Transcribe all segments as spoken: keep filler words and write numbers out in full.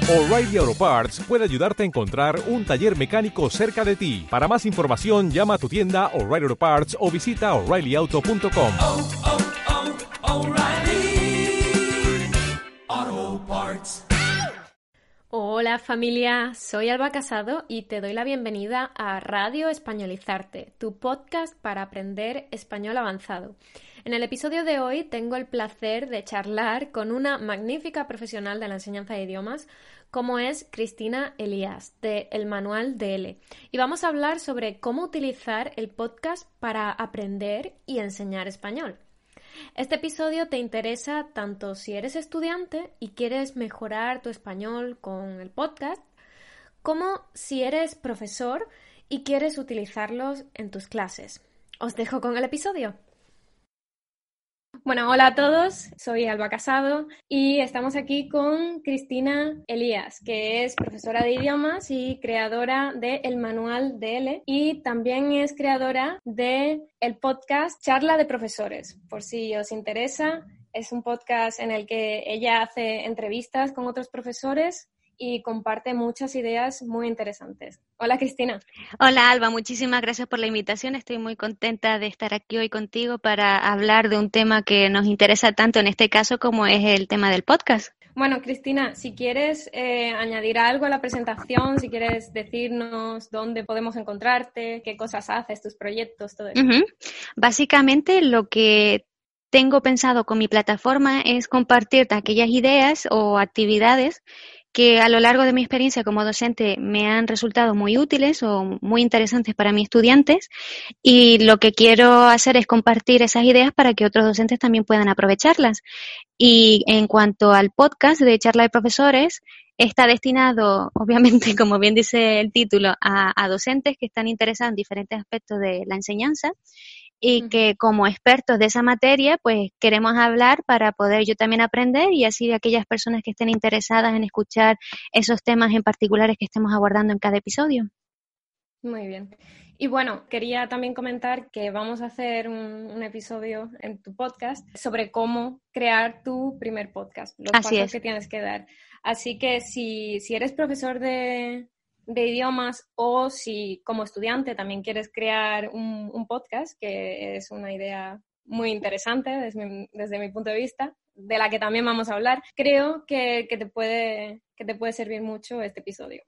O'Reilly Auto Parts puede ayudarte a encontrar un taller mecánico cerca de ti. Para más información, llama a tu tienda O'Reilly Auto Parts o visita O'Reilly Auto punto com. Oh, oh, oh, O'Reilly Auto Parts. Hola familia, soy Alba Casado y te doy la bienvenida a Radio Españolizarte, tu podcast para aprender español avanzado. En el episodio de hoy tengo el placer de charlar con una magnífica profesional de la enseñanza de idiomas como es Cristina Elías de El Manual de L. Y vamos a hablar sobre cómo utilizar el podcast para aprender y enseñar español. Este episodio te interesa tanto si eres estudiante y quieres mejorar tu español con el podcast, como si eres profesor y quieres utilizarlos en tus clases. Os dejo con el episodio. Bueno, hola a todos, soy Alba Casado y estamos aquí con Cristina Elías, que es profesora de idiomas y creadora de El Manual de L, y también es creadora de el podcast Charla de Profesores. Por si os interesa, es un podcast en el que ella hace entrevistas con otros profesores y comparte muchas ideas muy interesantes. Hola, Cristina. Hola, Alba. Muchísimas gracias por la invitación. Estoy muy contenta de estar aquí hoy contigo para hablar de un tema que nos interesa tanto en este caso como es el tema del podcast. Bueno, Cristina, si quieres eh, añadir algo a la presentación, si quieres decirnos dónde podemos encontrarte, qué cosas haces, tus proyectos, todo eso. Uh-huh. Básicamente lo que tengo pensado con mi plataforma es compartir aquellas ideas o actividades que a lo largo de mi experiencia como docente me han resultado muy útiles o muy interesantes para mis estudiantes, y lo que quiero hacer es compartir esas ideas para que otros docentes también puedan aprovecharlas. Y en cuanto al podcast de Charla de Profesores, está destinado, obviamente, como bien dice el título, a, a docentes que están interesados en diferentes aspectos de la enseñanza y que como expertos de esa materia, pues queremos hablar para poder yo también aprender, y así de aquellas personas que estén interesadas en escuchar esos temas en particulares que estemos abordando en cada episodio. Muy bien. Y bueno, quería también comentar que vamos a hacer un, un episodio en tu podcast sobre cómo crear tu primer podcast, los Así pasos es. que tienes que dar. Así que si, si eres profesor de... de idiomas, o si como estudiante también quieres crear un, un podcast, que es una idea muy interesante desde mi, desde mi punto de vista, de la que también vamos a hablar, creo que, que, te puede, que te puede servir mucho este episodio.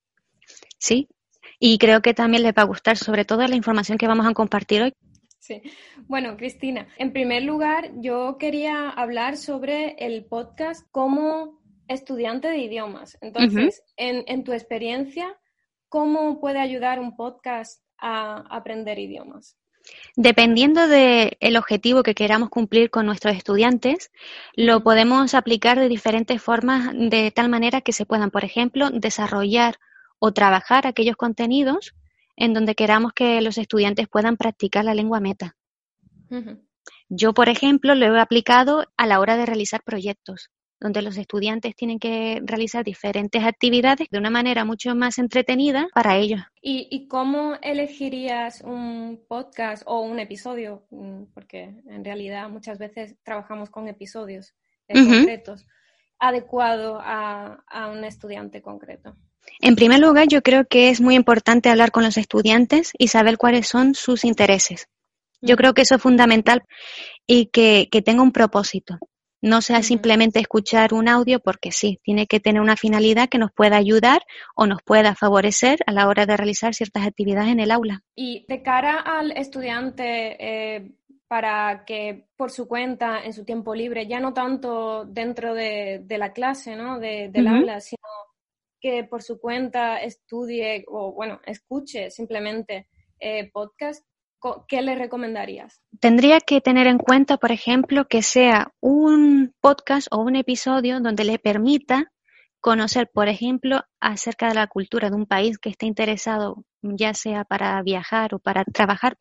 Sí, y creo que también les va a gustar sobre todo la información que vamos a compartir hoy. Sí. Bueno, Cristina, en primer lugar yo quería hablar sobre el podcast como estudiante de idiomas. Entonces, uh-huh. en, en tu experiencia, ¿cómo puede ayudar un podcast a aprender idiomas? Dependiendo del objetivo que queramos cumplir con nuestros estudiantes, lo uh-huh. podemos aplicar de diferentes formas, de tal manera que se puedan, por ejemplo, desarrollar o trabajar aquellos contenidos en donde queramos que los estudiantes puedan practicar la lengua meta. Uh-huh. Yo, por ejemplo, lo he aplicado a la hora de realizar proyectos, donde los estudiantes tienen que realizar diferentes actividades de una manera mucho más entretenida para ellos. ¿Y, y cómo elegirías un podcast o un episodio? Porque en realidad muchas veces trabajamos con episodios eh, uh-huh. concretos, adecuado a, a un estudiante concreto. En primer lugar, yo creo que es muy importante hablar con los estudiantes y saber cuáles son sus intereses. Yo uh-huh. creo que eso es fundamental, y que, que tenga un propósito. No sea simplemente escuchar un audio porque sí, tiene que tener una finalidad que nos pueda ayudar o nos pueda favorecer a la hora de realizar ciertas actividades en el aula. Y de cara al estudiante, eh, para que por su cuenta, en su tiempo libre, ya no tanto dentro de, de la clase, ¿no? de, del uh-huh. aula, sino que por su cuenta estudie o, bueno, escuche simplemente eh, podcast, ¿qué le recomendarías? Tendría que tener en cuenta, por ejemplo, que sea un podcast o un episodio donde le permita conocer, por ejemplo, acerca de la cultura de un país que esté interesado, ya sea para viajar o para trabajar,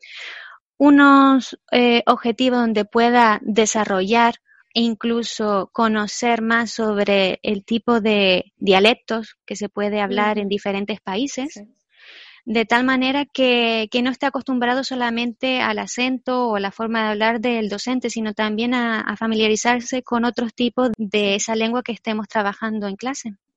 unos eh, objetivos donde pueda desarrollar e incluso conocer más sobre el tipo de dialectos que se puede hablar uh-huh. en diferentes países. Sí. De tal manera que, que no esté acostumbrado solamente al acento o la forma de hablar del docente, sino también a, a familiarizarse con otros tipos de esa lengua que estemos trabajando en clase.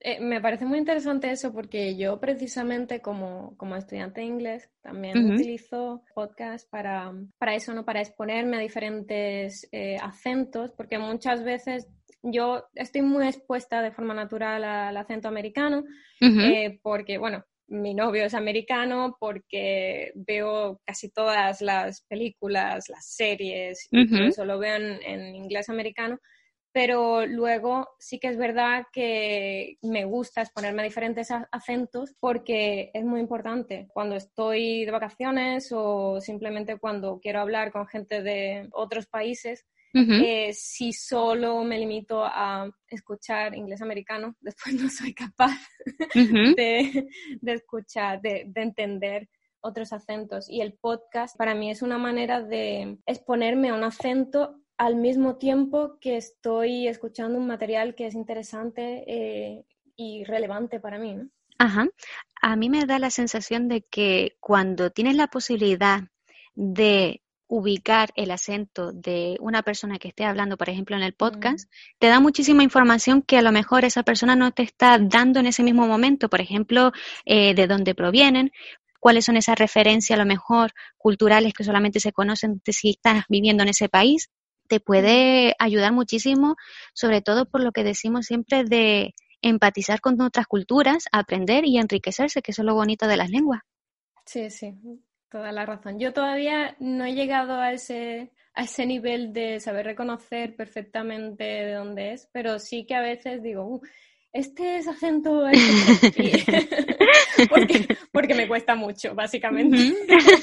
Eh, me parece muy interesante eso porque yo precisamente como, como estudiante de inglés también Ujú. utilizo podcast para, para eso, ¿no? Para exponerme a diferentes eh, acentos, porque muchas veces yo estoy muy expuesta de forma natural al acento americano, Ujú. eh, porque, bueno, mi novio es americano, porque veo casi todas las películas, las series y todo Ujú. eso lo veo en, en inglés americano. Pero luego sí que es verdad que me gusta exponerme a diferentes a- acentos porque es muy importante. Cuando estoy de vacaciones o simplemente cuando quiero hablar con gente de otros países, Ujú. eh, si solo me limito a escuchar inglés americano, después no soy capaz Ujú. de, de escuchar, de, de entender otros acentos. Y el podcast para mí es una manera de exponerme a un acento al mismo tiempo que estoy escuchando un material que es interesante eh, y relevante para mí, ¿no? Ajá. A mí me da la sensación de que cuando tienes la posibilidad de ubicar el acento de una persona que esté hablando, por ejemplo, en el Mm, podcast, te da muchísima información que a lo mejor esa persona no te está dando en ese mismo momento. Por ejemplo, eh, de dónde provienen, cuáles son esas referencias a lo mejor culturales que solamente se conocen de si estás viviendo en ese país. Te mm. puede ayudar muchísimo, sobre todo por lo que decimos siempre de empatizar con otras culturas, aprender y enriquecerse, que eso es lo bonito de las lenguas. Sí, sí, toda la razón. Yo todavía no he llegado a ese, a ese nivel de saber reconocer perfectamente de dónde es, pero sí que a veces digo, "Uh, este es acento europeo", y porque, porque me cuesta mucho, básicamente. Ujú.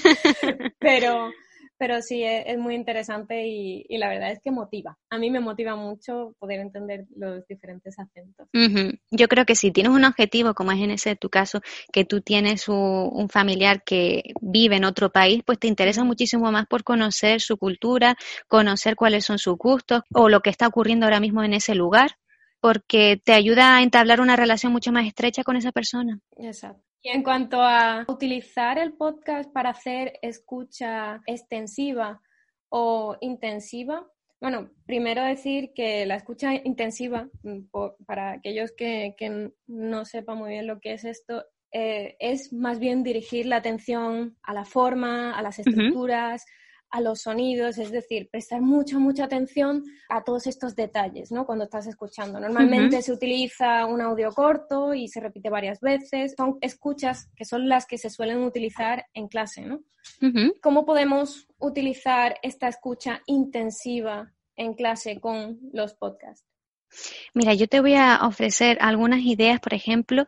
Pero, pero sí, es, es muy interesante y, y la verdad es que motiva. A mí me motiva mucho poder entender los diferentes acentos. Ujú. Yo creo que si tienes un objetivo, como es en ese tu caso, que tú tienes un, un familiar que vive en otro país, pues te interesa Ujú. muchísimo más por conocer su cultura, conocer cuáles son sus gustos o lo que está ocurriendo ahora mismo en ese lugar, porque te ayuda a entablar una relación mucho más estrecha con esa persona. Exacto. Y en cuanto a utilizar el podcast para hacer escucha extensiva o intensiva, bueno, primero decir que la escucha intensiva, mm, por- para aquellos que, que no sepan muy bien lo que es esto, eh, es más bien dirigir la atención a la forma, a las Ujú. estructuras, a los sonidos, es decir, prestar mucha, mucha atención a todos estos detalles, ¿no? Cuando estás escuchando. Ujú. Normalmente se utiliza un audio corto y se repite varias veces. Son escuchas que son las que se suelen utilizar en clase, ¿no? Ujú. ¿Cómo podemos utilizar esta escucha intensiva en clase con los podcasts? Mira, yo te voy a ofrecer algunas ideas, por ejemplo,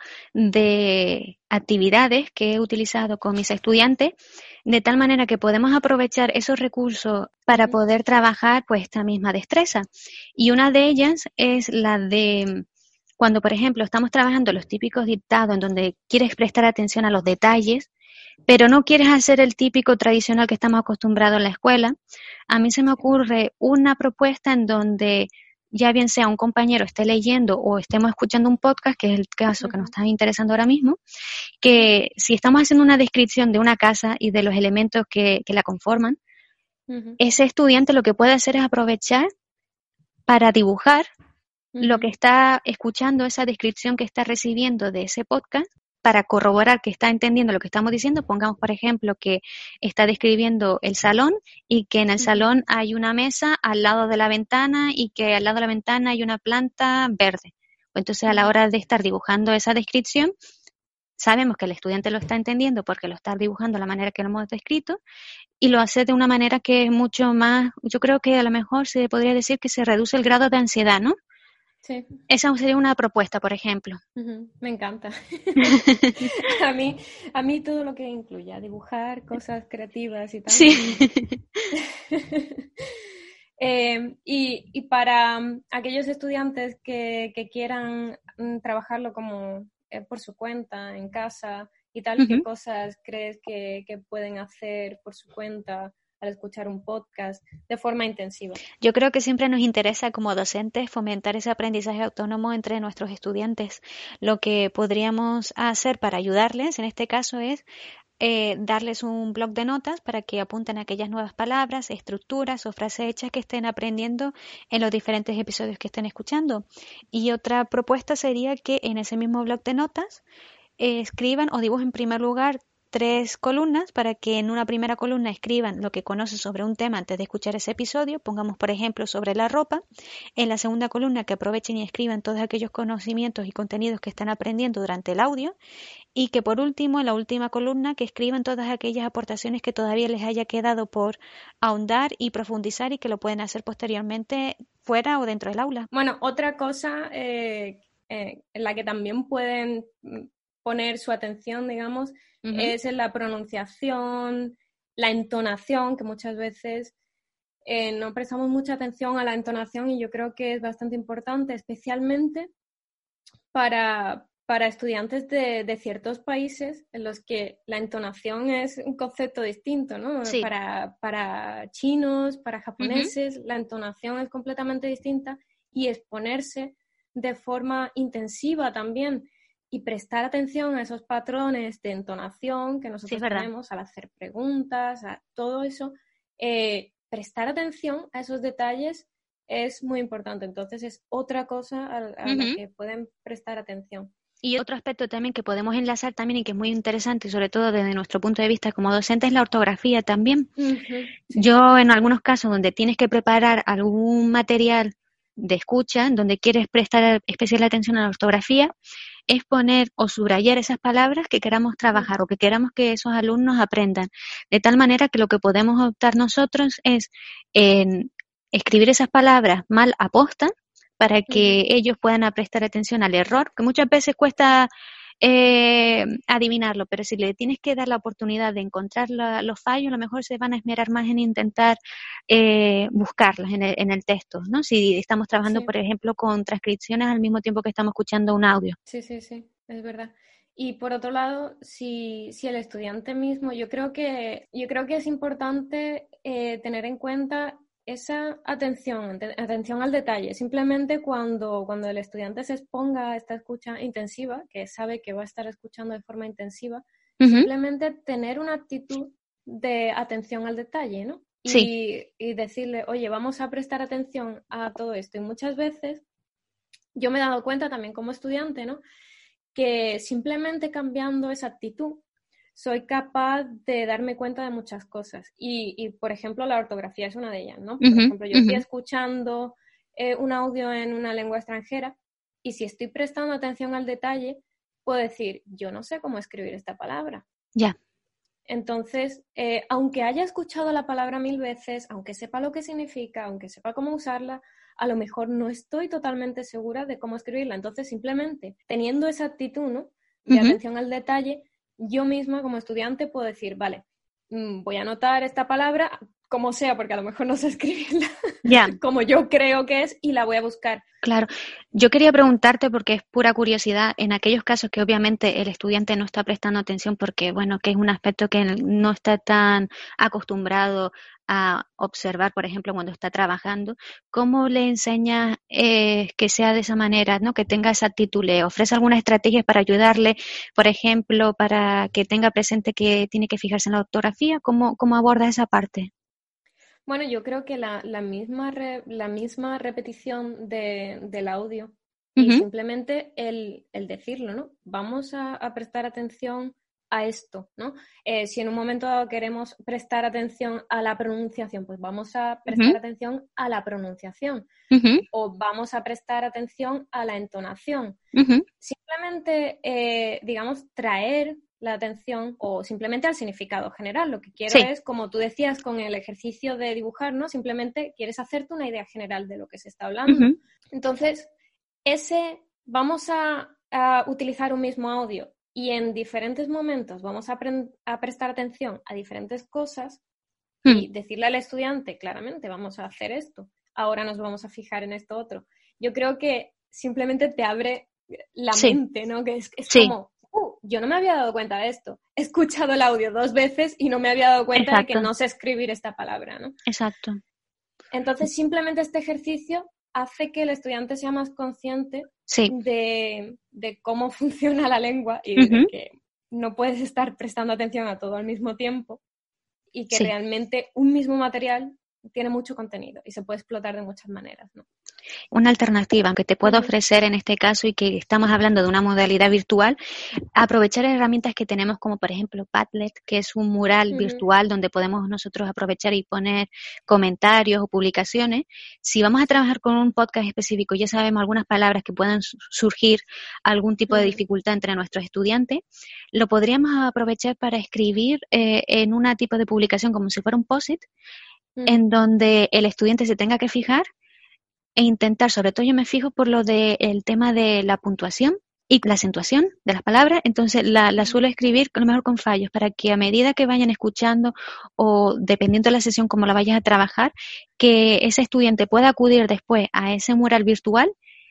de actividades que he utilizado con mis estudiantes, de tal manera que podemos aprovechar esos recursos para Uh-huh. poder trabajar pues esta misma destreza. Y una de ellas es la de cuando, por ejemplo, estamos trabajando los típicos dictados en donde quieres prestar atención a los detalles, pero no quieres hacer el típico tradicional que estamos acostumbrados en la escuela. A mí se me ocurre una propuesta en donde ya bien sea un compañero esté leyendo o estemos escuchando un podcast, que es el caso que nos Uh-huh. está interesando ahora mismo, que si estamos haciendo una descripción de una casa y de los elementos que, que la conforman, Uh-huh. ese estudiante lo que puede hacer es aprovechar para dibujar lo que Uh-huh. está escuchando, esa descripción que está recibiendo de ese podcast, para corroborar que está entendiendo lo que estamos diciendo. Pongamos, por ejemplo, que está describiendo el salón y que en el Uh-huh. salón hay una mesa al lado de la ventana y que al lado de la ventana hay una planta verde. Entonces, a la Uh-huh. hora de estar dibujando esa descripción, sabemos que el estudiante lo está entendiendo porque lo está dibujando de la manera que lo hemos descrito y lo hace de una manera que es mucho más, yo creo que a lo mejor se podría decir que se reduce el grado de ansiedad, ¿no? Sí. Esa sería una propuesta, por ejemplo. Uh-huh. Me encanta. A mí, a mí todo lo que incluya dibujar cosas creativas y tal, Sí. Eh, y, y para um, aquellos estudiantes que, que quieran um, trabajarlo como eh, por su cuenta, en casa y tal, ¿qué Ujú. cosas crees que, que pueden hacer por su cuenta al escuchar un podcast de forma intensiva? Yo creo que siempre nos interesa como docentes fomentar ese aprendizaje autónomo entre nuestros estudiantes. Lo que podríamos hacer para ayudarles en este caso es eh, darles un bloc de notas para que apunten aquellas nuevas palabras, estructuras o frases hechas que estén aprendiendo en los diferentes episodios que estén escuchando. Y otra propuesta sería que en ese mismo bloc de notas eh, escriban o dibujen en primer lugar tres columnas para que en una primera columna escriban lo que conocen sobre un tema antes de escuchar ese episodio, pongamos por ejemplo sobre la ropa, en la segunda columna que aprovechen y escriban todos aquellos conocimientos y contenidos que están aprendiendo durante el audio y que por último en la última columna que escriban todas aquellas aportaciones que todavía les haya quedado por ahondar y profundizar y que lo pueden hacer posteriormente fuera o dentro del aula. Bueno, otra cosa eh, eh, en la que también pueden poner su atención, digamos, uh-huh. es en la pronunciación, la entonación, que muchas veces eh, no prestamos mucha atención a la entonación y yo creo que es bastante importante, especialmente para, para estudiantes de, de ciertos países en los que la entonación es un concepto distinto, ¿no? Sí. Para, para chinos, para japoneses, uh-huh. la entonación es completamente distinta y exponerse de forma intensiva también y prestar atención a esos patrones de entonación que nosotros sí, tenemos al hacer preguntas, a todo eso, eh, prestar atención a esos detalles es muy importante. Entonces es otra cosa a, a uh-huh. la que pueden prestar atención. Y otro aspecto también que podemos enlazar también y que es muy interesante, sobre todo desde nuestro punto de vista como docente, es la ortografía también. Uh-huh. Sí. Yo en algunos casos donde tienes que preparar algún material de escucha, donde quieres prestar especial atención a la ortografía, es poner o subrayar esas palabras que queramos trabajar o que queramos que esos alumnos aprendan. De tal manera que lo que podemos optar nosotros es en escribir esas palabras mal aposta para que uh-huh. ellos puedan prestar atención al error, que muchas veces cuesta eh, adivinarlo, pero si le tienes que dar la oportunidad de encontrar la, los fallos, a lo mejor se van a esmerar más en intentar eh, buscarlos en el, en el texto, ¿no? Si estamos trabajando, sí. por ejemplo, con transcripciones al mismo tiempo que estamos escuchando un audio. Sí, sí, sí, es verdad. Y por otro lado, si, si el estudiante mismo, yo creo que, yo creo que es importante eh, tener en cuenta esa atención, atención al detalle. Simplemente cuando, cuando el estudiante se exponga a esta escucha intensiva, que sabe que va a estar escuchando de forma intensiva, uh-huh. simplemente tener una actitud de atención al detalle, ¿no? Y, sí. y decirle, oye, vamos a prestar atención a todo esto. Y muchas veces yo me he dado cuenta también como estudiante, ¿no? Que simplemente cambiando esa actitud soy capaz de darme cuenta de muchas cosas. Y, y por ejemplo, la ortografía es una de ellas, ¿no? Por uh-huh, ejemplo, yo uh-huh. estoy escuchando eh, un audio en una lengua extranjera y si estoy prestando atención al detalle, puedo decir, yo no sé cómo escribir esta palabra. Ya. Yeah. Entonces, eh, aunque haya escuchado la palabra mil veces, aunque sepa lo que significa, aunque sepa cómo usarla, a lo mejor no estoy totalmente segura de cómo escribirla. Entonces, simplemente teniendo esa actitud, ¿no? de uh-huh. atención al detalle, yo misma como estudiante puedo decir, vale, voy a anotar esta palabra como sea, porque a lo mejor no sé escribirla, yeah. como yo creo que es, y la voy a buscar. Claro. Yo quería preguntarte, porque es pura curiosidad, en aquellos casos que obviamente el estudiante no está prestando atención porque, bueno, que es un aspecto que no está tan acostumbrado a observar, por ejemplo, cuando está trabajando, ¿cómo le enseñas eh, que sea de esa manera, ¿no? Que tenga esa actitud? ¿Le ofrece algunas estrategias para ayudarle, por ejemplo, para que tenga presente que tiene que fijarse en la ortografía? ¿Cómo, cómo aborda esa parte? Bueno, yo creo que la, la, misma, re, la misma repetición de, del audio y uh-huh. simplemente el, el decirlo, ¿no? Vamos a, a prestar atención a esto, ¿no? Eh, si en un momento dado queremos prestar atención a la pronunciación, pues vamos a prestar uh-huh. atención a la pronunciación uh-huh. o vamos a prestar atención a la entonación. Uh-huh. Simplemente, eh, digamos, traer la atención o simplemente al significado general. Lo que quiero sí. es, como tú decías con el ejercicio de dibujar, ¿no? Simplemente quieres hacerte una idea general de lo que se está hablando. Uh-huh. Entonces, ese vamos a, a utilizar un mismo audio y en diferentes momentos vamos a, pre- a prestar atención a diferentes cosas uh-huh. y decirle al estudiante, claramente, vamos a hacer esto, ahora nos vamos a fijar en esto otro. Yo creo que simplemente te abre la sí. mente, ¿no? Que es, es sí. como... Uh, yo no me había dado cuenta de esto. He escuchado el audio dos veces y no me había dado cuenta Exacto. de que no sé escribir esta palabra, ¿no? Exacto. Entonces, simplemente este ejercicio hace que el estudiante sea más consciente sí. de, de cómo funciona la lengua y uh-huh. de que no puedes estar prestando atención a todo al mismo tiempo y que Sí. realmente un mismo material tiene mucho contenido y se puede explotar de muchas maneras, ¿no? Una alternativa que te puedo Ujú. ofrecer en este caso y que estamos hablando de una modalidad virtual, aprovechar herramientas que tenemos como por ejemplo Padlet, que es un mural Ujú. virtual donde podemos nosotros aprovechar y poner comentarios o publicaciones. Si vamos a trabajar con un podcast específico, ya sabemos algunas palabras que puedan su- surgir algún tipo de Ujú. dificultad entre nuestros estudiantes, lo podríamos aprovechar para escribir eh, en una tipo de publicación como si fuera un post-it, Ujú. en donde el estudiante se tenga que fijar e intentar, sobre todo yo me fijo por lo del tema de la puntuación y la acentuación de las palabras, entonces la, la suelo escribir a lo mejor con fallos para que a medida que vayan escuchando o dependiendo de la sesión como la vayas a trabajar, que ese estudiante pueda acudir después a ese mural virtual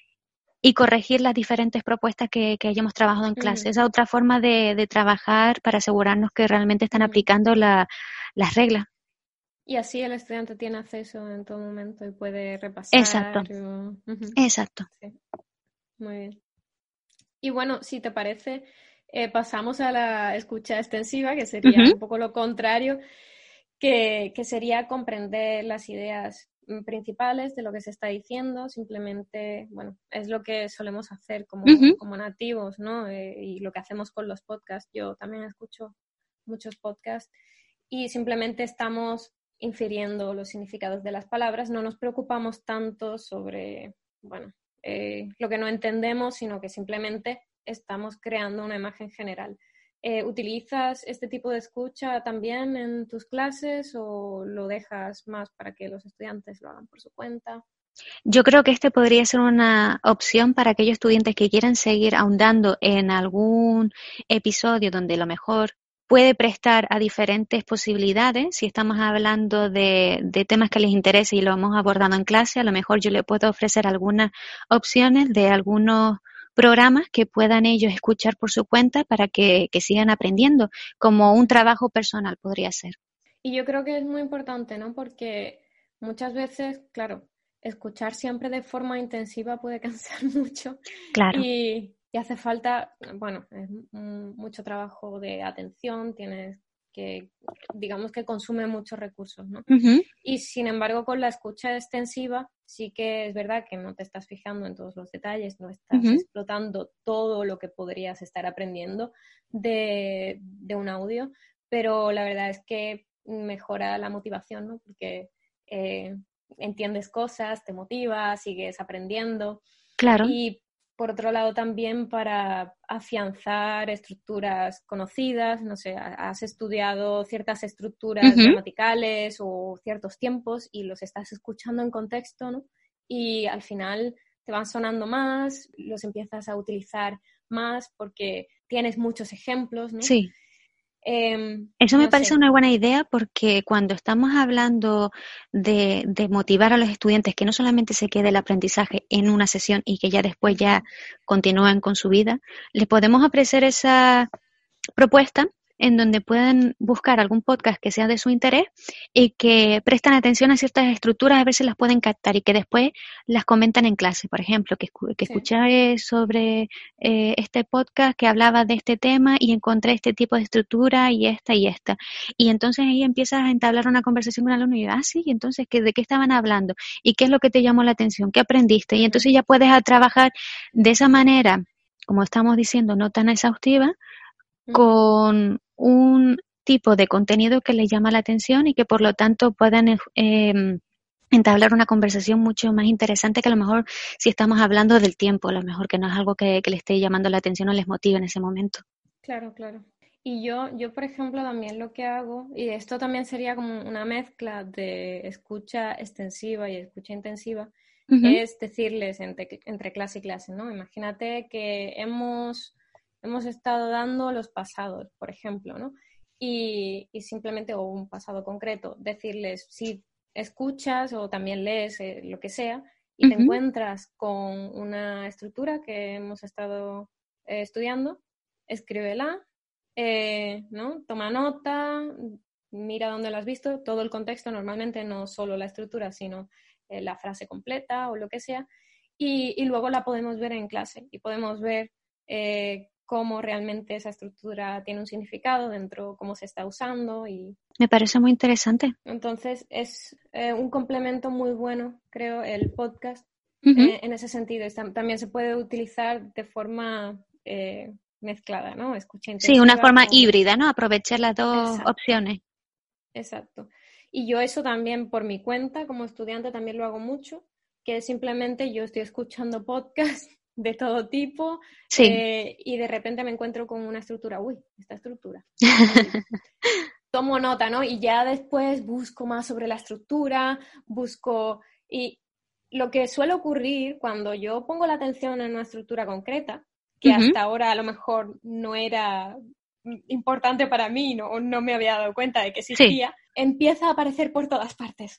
y corregir las diferentes propuestas que, que hayamos trabajado en clase. Ujú. Esa es otra forma de, de trabajar para asegurarnos que realmente están Ujú. aplicando la, las reglas. Y así el estudiante tiene acceso en todo momento y puede Exacto, repasar. o- Ujú. exacto. Sí, muy bien. Y bueno, si te parece, eh, pasamos a la escucha extensiva, que sería Ujú. un poco lo contrario, que, que sería comprender las ideas mm, principales de lo que se está diciendo. Simplemente, bueno, es lo que solemos hacer como, Ujú. como nativos, ¿no? Eh, y lo que hacemos con los podcasts. Yo también escucho muchos podcasts y simplemente estamos infiriendo los significados de las palabras. No nos preocupamos tanto sobre, bueno, eh, lo que no entendemos, sino que simplemente estamos creando una imagen general. Eh, ¿Utilizas este tipo de escucha también en tus clases o lo dejas más para que los estudiantes lo hagan por su cuenta? Yo creo que este podría ser una opción para aquellos estudiantes que quieran seguir ahondando en algún episodio donde a lo mejor puede prestar a diferentes posibilidades. Si estamos hablando de, de temas que les interese y lo hemos abordado en clase, a lo mejor yo le puedo ofrecer algunas opciones de algunos programas que puedan ellos escuchar por su cuenta para que, que sigan aprendiendo, como un trabajo personal podría ser. Y yo creo que es muy importante, ¿no? Porque muchas veces, claro, escuchar siempre de forma intensiva puede cansar mucho Claro. y, y hace falta, bueno, es mm, mucho trabajo de atención, tienes que, digamos que consume muchos recursos, ¿no? Ujú. Y sin embargo, con la escucha extensiva, sí que es verdad que no te estás fijando en todos los detalles, no estás Ujú. explotando todo lo que podrías estar aprendiendo de, de un audio, pero la verdad es que mejora la motivación, ¿no? Porque eh, entiendes cosas, te motivas, sigues aprendiendo. Claro. Y por otro lado también para afianzar estructuras conocidas, no sé, has estudiado ciertas estructuras Ujú. gramaticales o ciertos tiempos y los estás escuchando en contexto, ¿no? Y al final te van sonando más, los empiezas a utilizar más porque tienes muchos ejemplos, ¿no? Sí. Eh, Eso me no parece sé. una buena idea porque cuando estamos hablando de, de motivar a los estudiantes que no solamente se quede el aprendizaje en una sesión y que ya después ya continúen con su vida, les podemos ofrecer esa propuesta en donde puedan buscar algún podcast que sea de su interés y que prestan atención a ciertas estructuras a ver si las pueden captar y que después las comentan en clase. Por ejemplo, que, escu- que Sí. escuché sobre eh, este podcast que hablaba de este tema y encontré este tipo de estructura y esta y esta. Y entonces ahí empiezas a entablar una conversación con el alumno y yo, ah, sí, y entonces, ¿qué, ¿de qué estaban hablando? ¿Y qué es lo que te llamó la atención? ¿Qué aprendiste? Y entonces ya puedes a trabajar de esa manera, como estamos diciendo, no tan exhaustiva, con un tipo de contenido que les llama la atención y que por lo tanto puedan eh, entablar una conversación mucho más interesante que a lo mejor si estamos hablando del tiempo, a lo mejor que no es algo que, que les esté llamando la atención o les motive en ese momento. Claro, claro. Y yo, yo, por ejemplo, también lo que hago, y esto también sería como una mezcla de escucha extensiva y escucha intensiva, Uh-huh. es decirles entre, entre clase y clase, ¿no? Imagínate que hemos, hemos estado dando los pasados, por ejemplo, ¿no? Y, y simplemente, o un pasado concreto, decirles, si escuchas o también lees eh, lo que sea, y te Uh-huh. encuentras con una estructura que hemos estado eh, estudiando, escríbela, eh, ¿no? Toma nota, mira dónde lo has visto, todo el contexto, normalmente no solo la estructura, sino eh, la frase completa o lo que sea, y, y luego la podemos ver en clase y podemos ver eh, cómo realmente esa estructura tiene un significado dentro, cómo se está usando. Y Me parece muy interesante. entonces es eh, un complemento muy bueno, creo, el podcast Uh-huh. eh, en ese sentido. Está, también se puede utilizar de forma eh, mezclada, ¿no? Escucha intensiva. Sí, una forma con... híbrida, ¿no? Aprovechar las dos Exacto. opciones. Exacto. Y yo eso también por mi cuenta, como estudiante, también lo hago mucho, que es simplemente yo estoy escuchando podcasts de todo tipo Sí. eh, y de repente me encuentro con una estructura. Uy, esta estructura. Así. Tomo nota, ¿no? Y ya después busco más sobre la estructura, busco... Y lo que suele ocurrir cuando yo pongo la atención en una estructura concreta, que Uh-huh. hasta ahora a lo mejor no era importante para mí, no, no me había dado cuenta de que existía, sí. Empieza a aparecer por todas partes.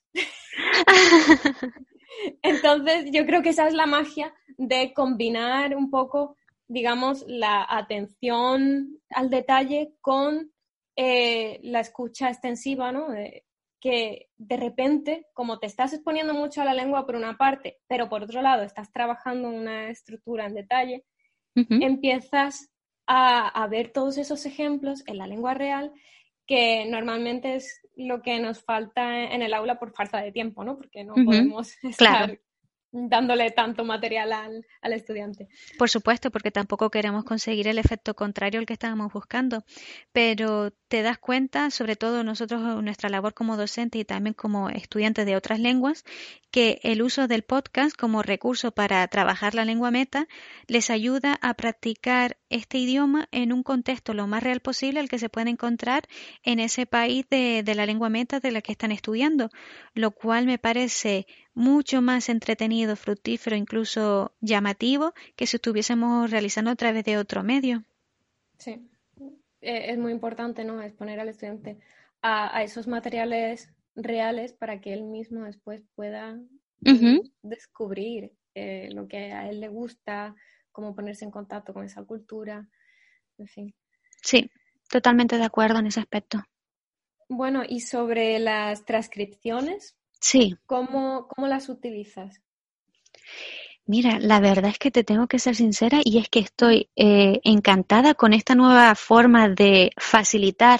Entonces yo creo que esa es la magia de combinar un poco, digamos, la atención al detalle con eh, la escucha extensiva, ¿no? De, que de repente, como te estás exponiendo mucho a la lengua por una parte, pero por otro lado estás trabajando una estructura en detalle, uh-huh. empiezas a, a ver todos esos ejemplos en la lengua real, que normalmente es lo que nos falta en el aula por falta de tiempo, ¿no? Porque no uh-huh. podemos estar... Claro. dándole tanto material al, al estudiante. Por supuesto, porque tampoco queremos conseguir el efecto contrario al que estábamos buscando, pero te das cuenta, sobre todo nosotros, nuestra labor como docente y también como estudiantes de otras lenguas, que el uso del podcast como recurso para trabajar la lengua meta les ayuda a practicar este idioma en un contexto lo más real posible al que se puede encontrar en ese país de, de la lengua meta de la que están estudiando, lo cual me parece mucho más entretenido, fructífero, incluso llamativo que si estuviésemos realizando a través de otro medio. Sí, eh, es muy importante, ¿no? Exponer al estudiante a, a esos materiales reales para que él mismo después pueda uh-huh. descubrir eh, lo que a él le gusta, cómo ponerse en contacto con esa cultura, en fin. Sí, totalmente de acuerdo en ese aspecto. Bueno, y sobre las transcripciones, sí. ¿cómo, cómo las utilizas? Mira, la verdad es que te tengo que ser sincera y es que estoy eh, encantada con esta nueva forma de facilitar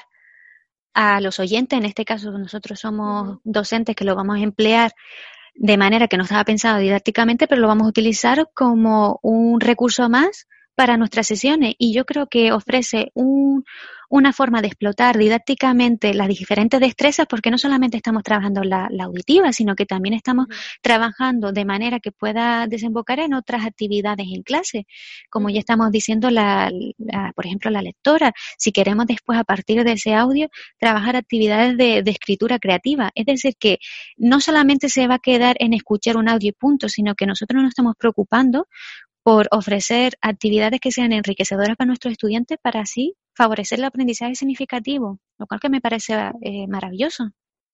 a los oyentes, en este caso nosotros somos uh-huh. docentes que lo vamos a emplear de manera que no estaba pensado didácticamente, pero lo vamos a utilizar como un recurso más para nuestras sesiones y yo creo que ofrece un, una forma de explotar didácticamente las diferentes destrezas porque no solamente estamos trabajando la, la auditiva, sino que también estamos uh-huh. trabajando de manera que pueda desembocar en otras actividades en clase, como uh-huh. ya estamos diciendo, la, la, por ejemplo, la lectora, si queremos después a partir de ese audio trabajar actividades de, de escritura creativa, es decir, que no solamente se va a quedar en escuchar un audio y punto, sino que nosotros nos estamos preocupando por ofrecer actividades que sean enriquecedoras para nuestros estudiantes para así favorecer el aprendizaje significativo, lo cual que me parece eh, maravilloso.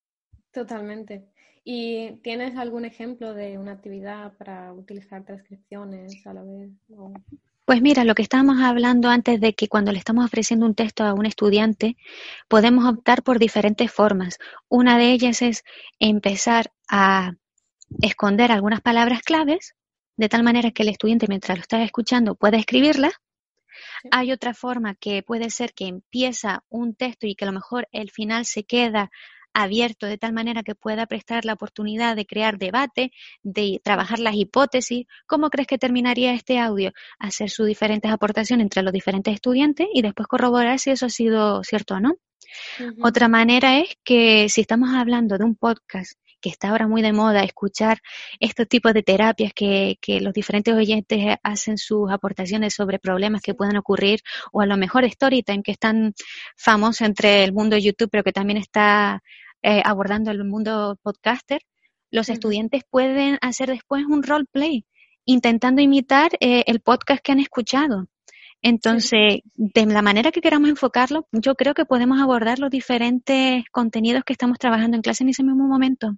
Totalmente. ¿Y tienes algún ejemplo de una actividad para utilizar transcripciones a la vez? ¿O? Pues mira, lo que estábamos hablando antes de que cuando le estamos ofreciendo un texto a un estudiante, podemos optar por diferentes formas. Una de ellas es empezar a esconder algunas palabras claves, de tal manera que el estudiante, mientras lo está escuchando, pueda escribirlas. Sí. Hay otra forma que puede ser que empieza un texto y que a lo mejor el final se queda abierto de tal manera que pueda prestar la oportunidad de crear debate, de trabajar las hipótesis. ¿Cómo crees que terminaría este audio? Hacer sus diferentes aportaciones entre los diferentes estudiantes y después corroborar si eso ha sido cierto o no. Uh-huh. Otra manera es que si estamos hablando de un podcast que está ahora muy de moda, escuchar estos tipos de terapias que, que los diferentes oyentes hacen sus aportaciones sobre problemas que puedan ocurrir, o a lo mejor Storytime, que es tan famoso entre el mundo YouTube, pero que también está eh, abordando el mundo podcaster, los uh-huh. estudiantes pueden hacer después un roleplay, intentando imitar eh, el podcast que han escuchado. Entonces, sí. de la manera que queramos enfocarlo, yo creo que podemos abordar los diferentes contenidos que estamos trabajando en clase en ese mismo momento.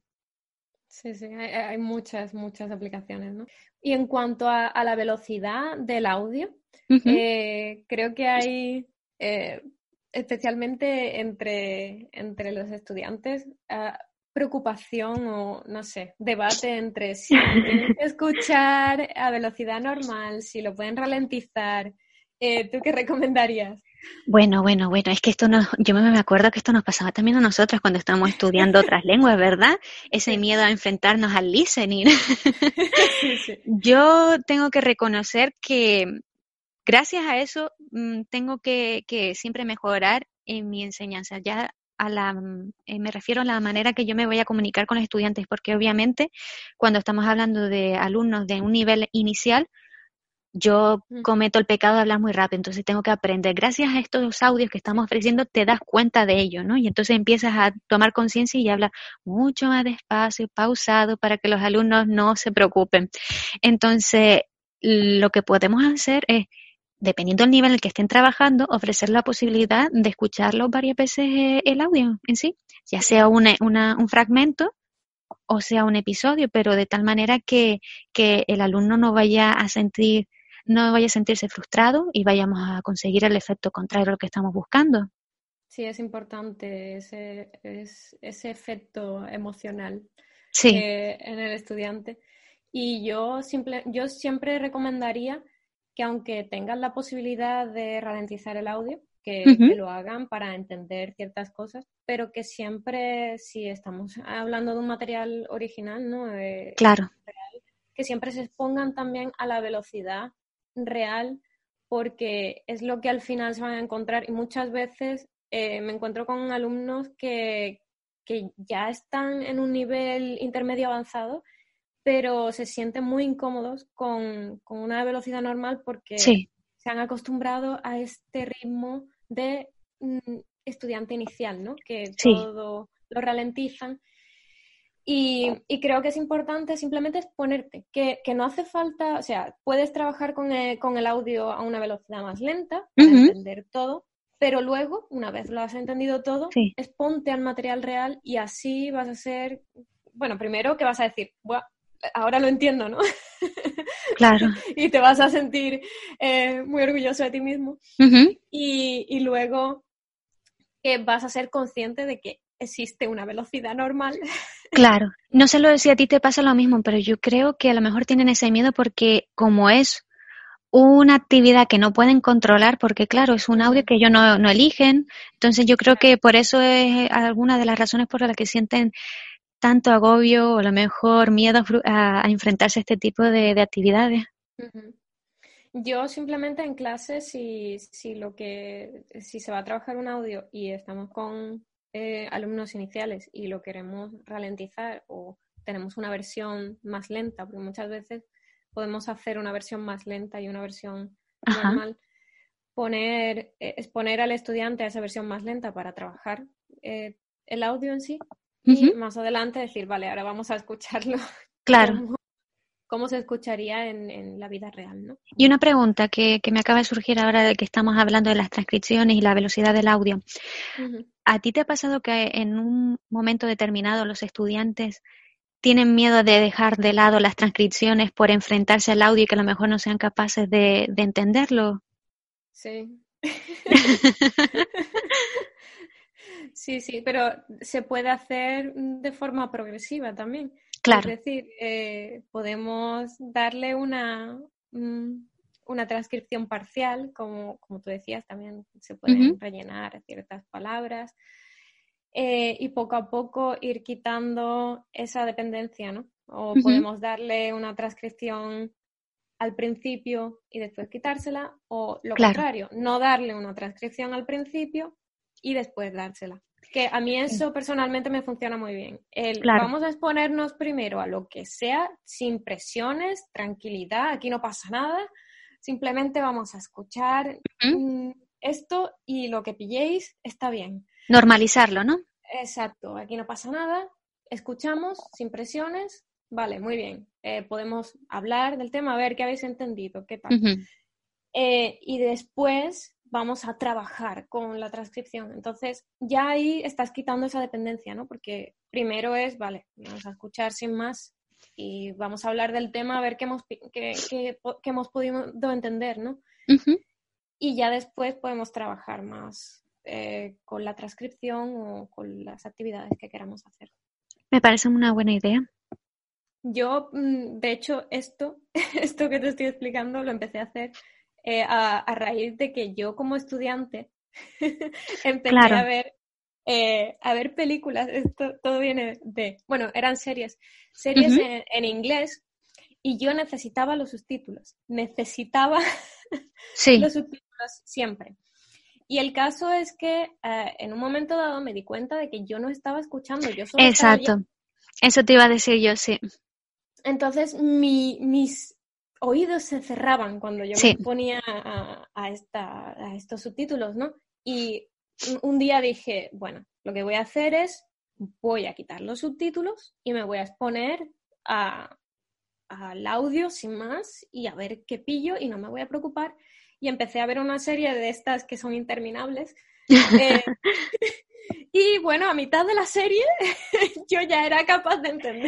Sí, sí, hay, hay muchas, muchas aplicaciones, ¿no? Y en cuanto a, a la velocidad del audio, uh-huh. eh, creo que hay, eh, especialmente entre, entre los estudiantes, uh, preocupación o, no sé, debate entre si tienen que escuchar a velocidad normal, si lo pueden ralentizar. Eh, ¿tú qué recomendarías? Bueno, bueno, bueno, es que esto no, yo me me acuerdo que esto nos pasaba también a nosotras cuando estábamos estudiando otras lenguas, ¿verdad? Ese Sí, miedo a enfrentarnos al listening. sí, sí. Yo tengo que reconocer que gracias a eso mm, tengo que, que siempre mejorar en mi enseñanza. Ya a la, mm, eh, me refiero a la manera que yo me voy a comunicar con los estudiantes, porque obviamente cuando estamos hablando de alumnos de un nivel inicial, yo Mm, cometo el pecado de hablar muy rápido, entonces tengo que aprender. Gracias a estos audios que estamos ofreciendo, te das cuenta de ello, ¿no? Y entonces empiezas a tomar conciencia y hablar mucho más despacio, pausado, para que los alumnos no se preocupen. Entonces, lo que podemos hacer es, dependiendo del nivel en el que estén trabajando, ofrecer la posibilidad de escucharlo varias veces eh, el audio en sí, ya sea una, una, un fragmento o sea un episodio, pero de tal manera que, que el alumno no vaya a sentir, no vaya a sentirse frustrado y vayamos a conseguir el efecto contrario a lo que estamos buscando. sí, es importante ese, es- ese efecto emocional Sí. eh, en el estudiante. Y yo, simple, yo siempre recomendaría que aunque tengan la posibilidad de ralentizar el audio, que, Ujú. que lo hagan para entender ciertas cosas, pero que siempre, si estamos hablando de un material original, ¿no? Eh, Claro. que siempre se expongan también a la velocidad real, porque es lo que al final se van a encontrar. Y muchas veces eh, me encuentro con alumnos que, que ya están en un nivel intermedio avanzado, pero se sienten muy incómodos con, con una velocidad normal porque Sí, se han acostumbrado a este ritmo de mm, estudiante inicial, ¿no? Que sí, todo lo ralentizan. Y, y creo que es importante simplemente exponerte, que, que no hace falta, o sea, puedes trabajar con el, con el audio a una velocidad más lenta para ujú, entender todo, pero luego, una vez lo has entendido todo, sí, exponte al material real y así vas a ser, bueno, primero que vas a decir, "Buah, ahora lo entiendo, ¿no?" claro. Y te vas a sentir eh, muy orgulloso de ti mismo. Ujú, Y, y luego que vas a ser consciente de que existe una velocidad normal. claro. No sé lo si a ti te pasa lo mismo, pero yo creo que a lo mejor tienen ese miedo porque como es una actividad que no pueden controlar, porque claro, es un audio Ujú. que ellos no, no eligen, entonces yo creo que por eso es alguna de las razones por las que sienten tanto agobio o a lo mejor miedo a, fru- a- a enfrentarse a este tipo de, de actividades. Ujú. Yo simplemente en clase, si, si lo que, si se va a trabajar un audio y estamos con eh, alumnos iniciales y lo queremos ralentizar o tenemos una versión más lenta, porque muchas veces podemos hacer una versión más lenta y una versión Ajá, normal, poner, eh, exponer al estudiante a esa versión más lenta para trabajar eh, el audio en sí y ujú, más adelante decir, vale, ahora vamos a escucharlo claro. como, como se escucharía en, en la vida real, ¿no? Y una pregunta que, que me acaba de surgir ahora de que estamos hablando de las transcripciones y la velocidad del audio. Ujú. ¿A ti te ha pasado que en un momento determinado los estudiantes tienen miedo de dejar de lado las transcripciones por enfrentarse al audio y que a lo mejor no sean capaces de, de entenderlo? Sí. Sí, sí, pero se puede hacer de forma progresiva también. Es Claro. decir, eh, podemos darle una, mm, una transcripción parcial, como, como tú decías, también se Ujú, pueden rellenar ciertas palabras eh, y poco a poco ir quitando esa dependencia, ¿no? O ujú, podemos darle una transcripción al principio y después quitársela, o lo claro, contrario, no darle una transcripción al principio y después dársela. Que a mí sí, eso personalmente me funciona muy bien. El, claro. vamos a exponernos primero a lo que sea, sin presiones, tranquilidad, aquí no pasa nada, simplemente vamos a escuchar Ujú. mm, esto y lo que pilléis está bien. Normalizarlo, ¿no? Exacto, aquí no pasa nada, escuchamos sin presiones, vale, muy bien. Eh, podemos hablar del tema, a ver qué habéis entendido, qué tal. Ujú, Eh, y después vamos a trabajar con la transcripción. Entonces, ya ahí estás quitando esa dependencia, ¿no? Porque primero es, vale, vamos a escuchar sin más y vamos a hablar del tema, a ver qué hemos, qué, qué, qué hemos podido entender, ¿no? ujú. Y ya después podemos trabajar más eh, con la transcripción o con las actividades que queramos hacer. Me parece una buena idea. Yo, mm, de hecho, esto, esto que te estoy explicando lo empecé a hacer eh, a, a raíz de que yo como estudiante empecé Claro. a ver eh, a ver películas. Esto todo viene de, bueno, eran series, series Ujú. en, en inglés, y yo necesitaba los subtítulos, necesitaba Sí, los subtítulos siempre. Y el caso es que eh, en un momento dado me di cuenta de que yo no estaba escuchando, yo solo estaba oyendo. exacto. Eso te iba a decir yo, sí. Entonces mi, mis oídos se cerraban cuando yo Sí. me ponía a, a, esta, a estos subtítulos, ¿no? Y un, un día dije, bueno, lo que voy a hacer es, voy a quitar los subtítulos y me voy a exponer a, al audio sin más y a ver qué pillo y no me voy a preocupar. Y empecé a ver una serie de estas que son interminables. Eh, y bueno, a mitad de la serie yo ya era capaz de entender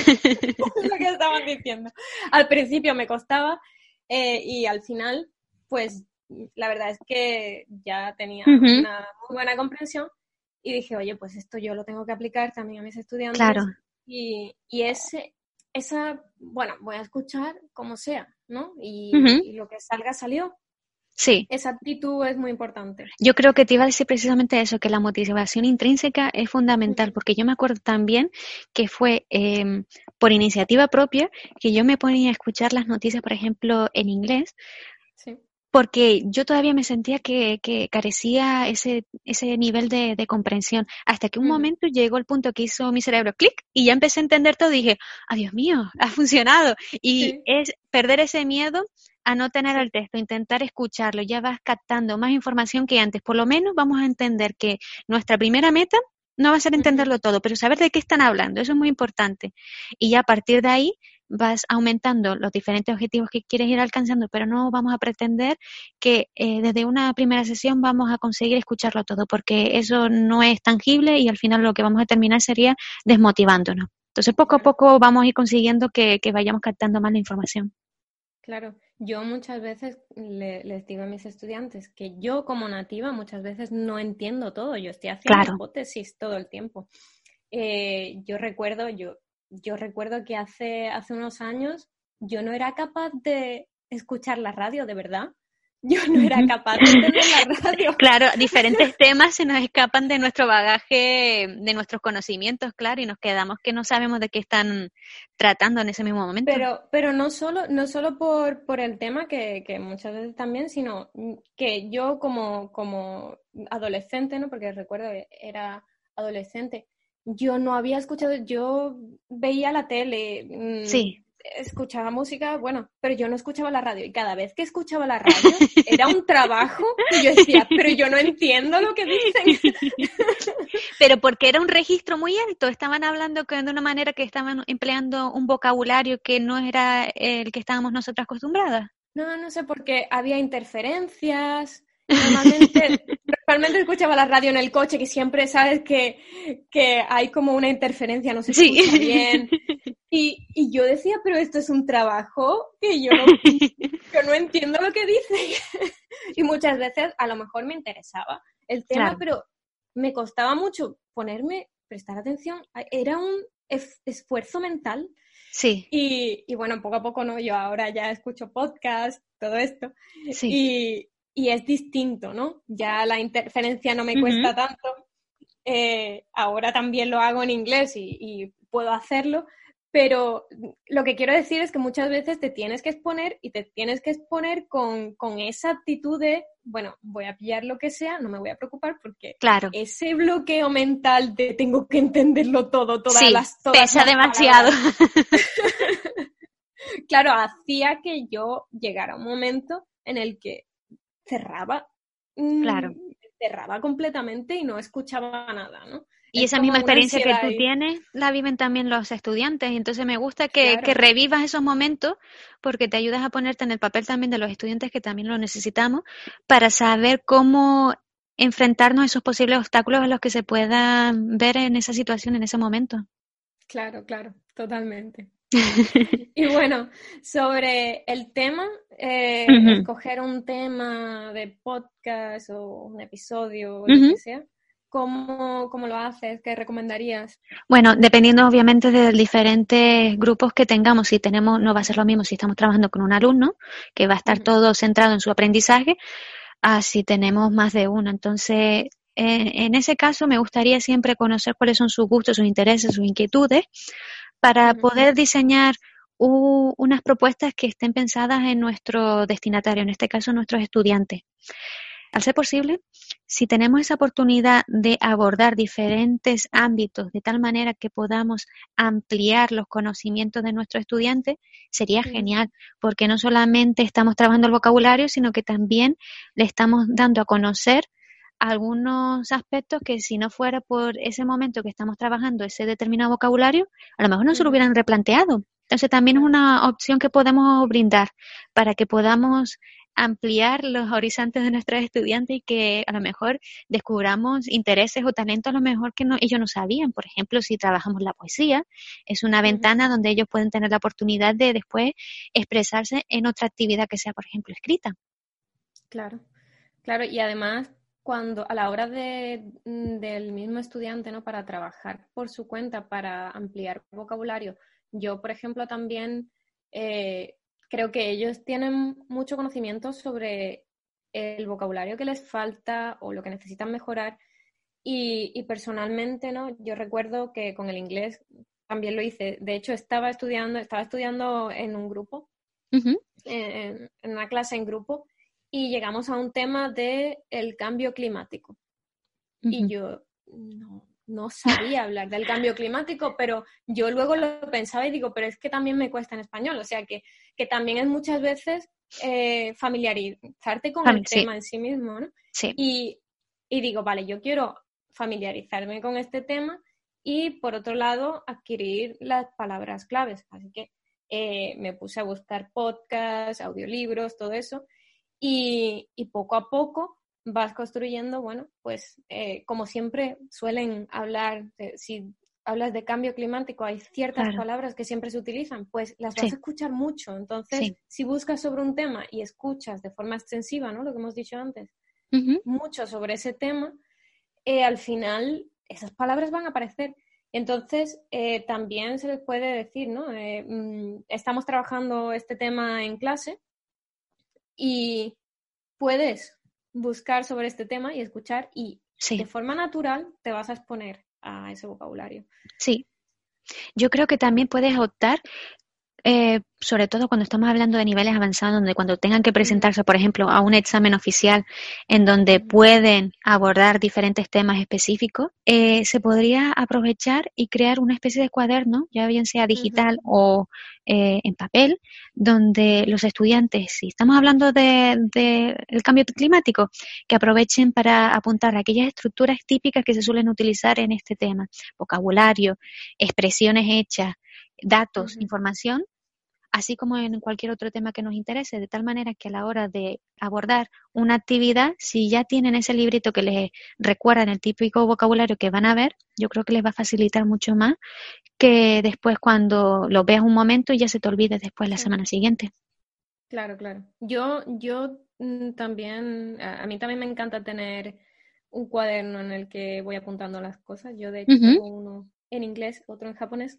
lo que estaban diciendo. Al principio me costaba eh, y al final, pues la verdad es que ya tenía Ujú. una muy buena comprensión y dije, oye, pues esto yo lo tengo que aplicar también a mis estudiantes. Claro. Y, y ese, esa, bueno, voy a escuchar como sea, ¿no? Y, Ujú. y lo que salga salió. Sí. Esa actitud es muy importante. Yo creo que te iba a decir precisamente eso, que la motivación intrínseca es fundamental, Ujú. porque yo me acuerdo también que fue eh, por iniciativa propia que yo me ponía a escuchar las noticias, por ejemplo, en inglés, Sí. porque yo todavía me sentía que, que carecía ese, ese nivel de, de comprensión, hasta que un Ujú. momento llegó el punto que hizo mi cerebro clic y ya empecé a entender todo y dije, ¡ah, Dios mío, ha funcionado! Y Sí, es perder ese miedo a no tener el sí. texto, intentar escucharlo, ya vas captando más información que antes, por lo menos vamos a entender que nuestra primera meta no va a ser Ujú. entenderlo todo, pero saber de qué están hablando, eso es muy importante. Y ya a partir de ahí vas aumentando los diferentes objetivos que quieres ir alcanzando, pero no vamos a pretender que eh, desde una primera sesión vamos a conseguir escucharlo todo, porque eso no es tangible y al final lo que vamos a terminar sería desmotivándonos. Entonces, poco a Claro. poco vamos a ir consiguiendo que, que vayamos captando más la información. Claro, yo muchas veces le- les digo a mis estudiantes que yo como nativa muchas veces no entiendo todo, yo estoy haciendo Claro. hipótesis todo el tiempo. Eh, yo recuerdo, yo, yo recuerdo que hace, hace unos años yo no era capaz de escuchar la radio, de verdad. Yo no era Ujú. capaz de entender la radio. Claro, diferentes temas se nos escapan de nuestro bagaje, de nuestros conocimientos, claro, y nos quedamos que no sabemos de qué están tratando en ese mismo momento. Pero, pero no solo, no solo por, por el tema, que, que muchas veces también, sino que yo como, como adolescente, ¿no? Porque recuerdo que era adolescente, yo no había escuchado, yo veía la tele, mm, Sí. escuchaba música, bueno, pero yo no escuchaba la radio. Y cada vez que escuchaba la radio era un trabajo que yo decía, pero yo no entiendo lo que dicen. Pero porque era un registro muy alto, estaban hablando que de una manera que estaban empleando un vocabulario que no era el que estábamos nosotras acostumbradas. No, no sé, porque había interferencias. Normalmente, normalmente escuchaba la radio en el coche, que siempre sabes que, que hay como una interferencia, no se Sí. escucha bien. Y, y yo decía, pero esto es un trabajo que yo no, yo no entiendo lo que dice. Y muchas veces a lo mejor me interesaba el tema, Claro. pero me costaba mucho ponerme, prestar atención. Era un es- esfuerzo mental. Sí, Y, y bueno, poco a poco, ¿no? Yo ahora ya escucho podcast, todo esto, sí. y, y es distinto, ¿no? Ya la interferencia no me Ujú. cuesta tanto. Eh, ahora también lo hago en inglés y, y puedo hacerlo, pero lo que quiero decir es que muchas veces te tienes que exponer y te tienes que exponer con, con esa actitud de, bueno, voy a pillar lo que sea, no me voy a preocupar porque Claro. ese bloqueo mental de tengo que entenderlo todo, todas Sí, las todas pesa las demasiado. palabras. Claro, hacía que yo llegara a un momento en el que cerraba, mm, Claro. cerraba completamente y no escuchaba nada, ¿no? Y Es esa como misma una experiencia que ansiedad tú ahí. tienes, la viven también los estudiantes. Y entonces me gusta que, que Claro, revivas esos momentos porque te ayudas a ponerte en el papel también de los estudiantes que también lo necesitamos para saber cómo enfrentarnos a esos posibles obstáculos a los que se puedan ver en esa situación, en ese momento. claro, claro, totalmente. Y bueno, sobre el tema, eh, Ujú, escoger un tema de podcast o un episodio o lo ujú. que sea, ¿Cómo, cómo lo haces? ¿Qué recomendarías? Bueno, dependiendo obviamente de diferentes grupos que tengamos, si tenemos, no va a ser lo mismo si estamos trabajando con un alumno, que va a estar Ujú, todo centrado en su aprendizaje, a si tenemos más de uno. Entonces, en, en ese caso me gustaría siempre conocer cuáles son sus gustos, sus intereses, sus inquietudes, para ujú, poder diseñar u- unas propuestas que estén pensadas en nuestro destinatario, en este caso nuestros estudiantes. Al ser posible, si tenemos esa oportunidad de abordar diferentes ámbitos de tal manera que podamos ampliar los conocimientos de nuestros estudiantes, sería ujú. genial, porque no solamente estamos trabajando el vocabulario, sino que también le estamos dando a conocer algunos aspectos que si no fuera por ese momento que estamos trabajando ese determinado vocabulario, a lo mejor no se lo Ujú, hubieran replanteado. Entonces también es claro. una opción que podemos brindar para que podamos ampliar los horizontes de nuestros estudiantes y que a lo mejor descubramos intereses o talentos a lo mejor que no, ellos no sabían. Por ejemplo, si trabajamos la poesía, es una Ujú, ventana donde ellos pueden tener la oportunidad de después expresarse en otra actividad que sea, por ejemplo, escrita. claro, claro. Y además, cuando a la hora de, mm, del mismo estudiante, ¿no? Para trabajar por su cuenta, para ampliar vocabulario, yo, por ejemplo, también eh, creo que ellos tienen mucho conocimiento sobre el vocabulario que les falta o lo que necesitan mejorar. Y, y personalmente, ¿no? Yo recuerdo que con el inglés también lo hice. De hecho, estaba estudiando, estaba estudiando en un grupo, Ujú, en, en una clase en grupo, y llegamos a un tema de el cambio climático. Y ujú. yo no, no sabía hablar del cambio climático, pero yo luego lo pensaba y digo, pero es que también me cuesta en español. O sea, que, que también es muchas veces eh, familiarizarte con Fami- el Sí, tema en sí mismo, ¿no? sí, Y, y digo, vale, yo quiero familiarizarme con este tema y, por otro lado, adquirir las palabras claves. Así que eh, me puse a buscar podcasts, audiolibros, todo eso, y, y poco a poco vas construyendo, bueno, pues eh, como siempre suelen hablar, de, si hablas de cambio climático, hay ciertas claro, palabras que siempre se utilizan, pues las vas sí, a escuchar mucho. Entonces, sí. si buscas sobre un tema y escuchas de forma extensiva, ¿no? Lo que hemos dicho antes, Ujú, mucho sobre ese tema, eh, al final esas palabras van a aparecer. Entonces, eh, también se les puede decir, ¿no? Eh, mm, estamos trabajando este tema en clase y puedes buscar sobre este tema y escuchar y de sí, forma natural te vas a exponer a ese vocabulario. sí. Yo creo que también puedes optar, eh, sobre todo cuando estamos hablando de niveles avanzados, donde cuando tengan que Ujú, presentarse, por ejemplo, a un examen oficial en donde ujú, pueden abordar diferentes temas específicos, eh, se podría aprovechar y crear una especie de cuaderno, ya bien sea ujú, digital o eh, en papel, donde los estudiantes, si estamos hablando de, de el cambio climático, que aprovechen para apuntar aquellas estructuras típicas que se suelen utilizar en este tema, vocabulario, expresiones hechas, datos, ujú. información, así como en cualquier otro tema que nos interese, de tal manera que a la hora de abordar una actividad, si ya tienen ese librito que les recuerdan el típico vocabulario que van a ver, yo creo que les va a facilitar mucho más que después cuando lo veas un momento y ya se te olvide después la Sí, semana siguiente. claro, claro. Yo, yo mm, también, a, a mí también me encanta tener un cuaderno en el que voy apuntando las cosas. Yo, de hecho, Ujú. tengo uno en inglés, otro en japonés,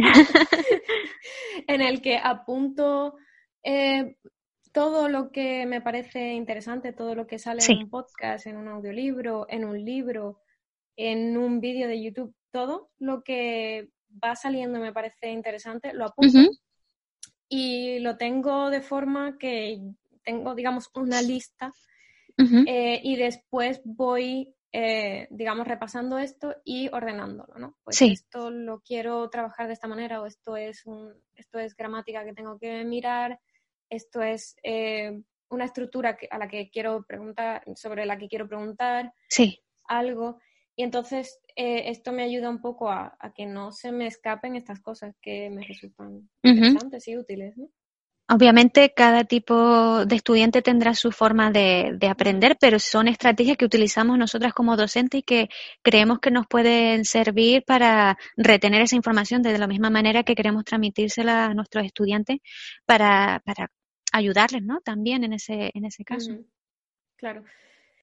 en el que apunto eh, todo lo que me parece interesante, todo lo que sale en Sí, un podcast, en un audiolibro, en un libro, en un vídeo de YouTube, todo lo que va saliendo me parece interesante, lo ujú, apunto y lo tengo de forma que tengo, digamos, una lista ujú, eh, y después voy, eh, digamos, repasando esto y ordenándolo, ¿no? Pues sí, esto lo quiero trabajar de esta manera o esto es, un, esto es gramática que tengo que mirar, esto es eh, una estructura que, a la que quiero preguntar, sobre la que quiero preguntar sí. algo. Y entonces eh, esto me ayuda un poco a, a que no se me escapen estas cosas que me resultan Ujú. interesantes y útiles, ¿no? Obviamente, cada tipo de estudiante tendrá su forma de, de Ujú, aprender, pero son estrategias que utilizamos nosotras como docentes y que creemos que nos pueden servir para retener esa información de la misma manera que queremos transmitírsela a nuestros estudiantes para, para ayudarles, ¿no? También en ese, en ese caso. ujú, claro.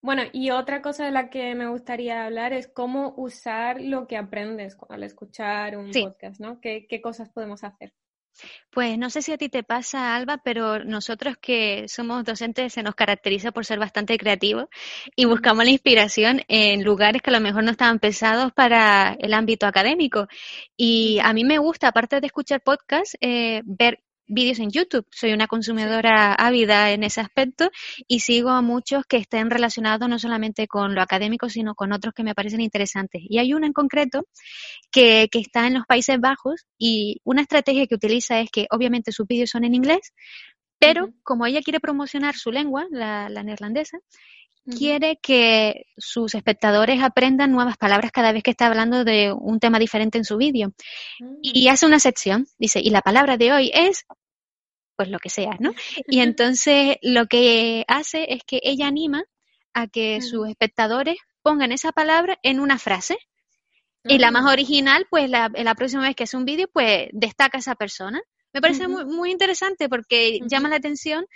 Bueno, y otra cosa de la que me gustaría hablar es cómo usar lo que aprendes al escuchar un Sí. podcast, ¿no? ¿Qué, qué cosas podemos hacer? Pues no sé si a ti te pasa, Alba, pero nosotros que somos docentes se nos caracteriza por ser bastante creativos y Ujú, buscamos la inspiración en lugares que a lo mejor no estaban pensados para el ámbito académico. Y ujú. a mí me gusta, aparte de escuchar podcasts, eh, ver vídeos en YouTube. Soy una Sí. consumidora ávida en ese aspecto y sigo a muchos que estén relacionados no solamente con lo académico, sino con otros que me parecen interesantes. Y hay uno en concreto que, que está en los Países Bajos y una estrategia que utiliza es que obviamente sus vídeos son en inglés, pero Ujú, como ella quiere promocionar su lengua, la, la neerlandesa, ujú. quiere que sus espectadores aprendan nuevas palabras cada vez que está hablando de un tema diferente en su vídeo. Mm. Y hace una sección, dice, y la palabra de hoy es, pues lo que sea, ¿no? Y entonces lo que hace es que ella anima a que Ujú. sus espectadores pongan esa palabra en una frase. Y la más Ah, original, pues la, la próxima vez que hace un vídeo, pues destaca a esa persona. Me parece ujú, muy, muy interesante porque llama ujú. la atención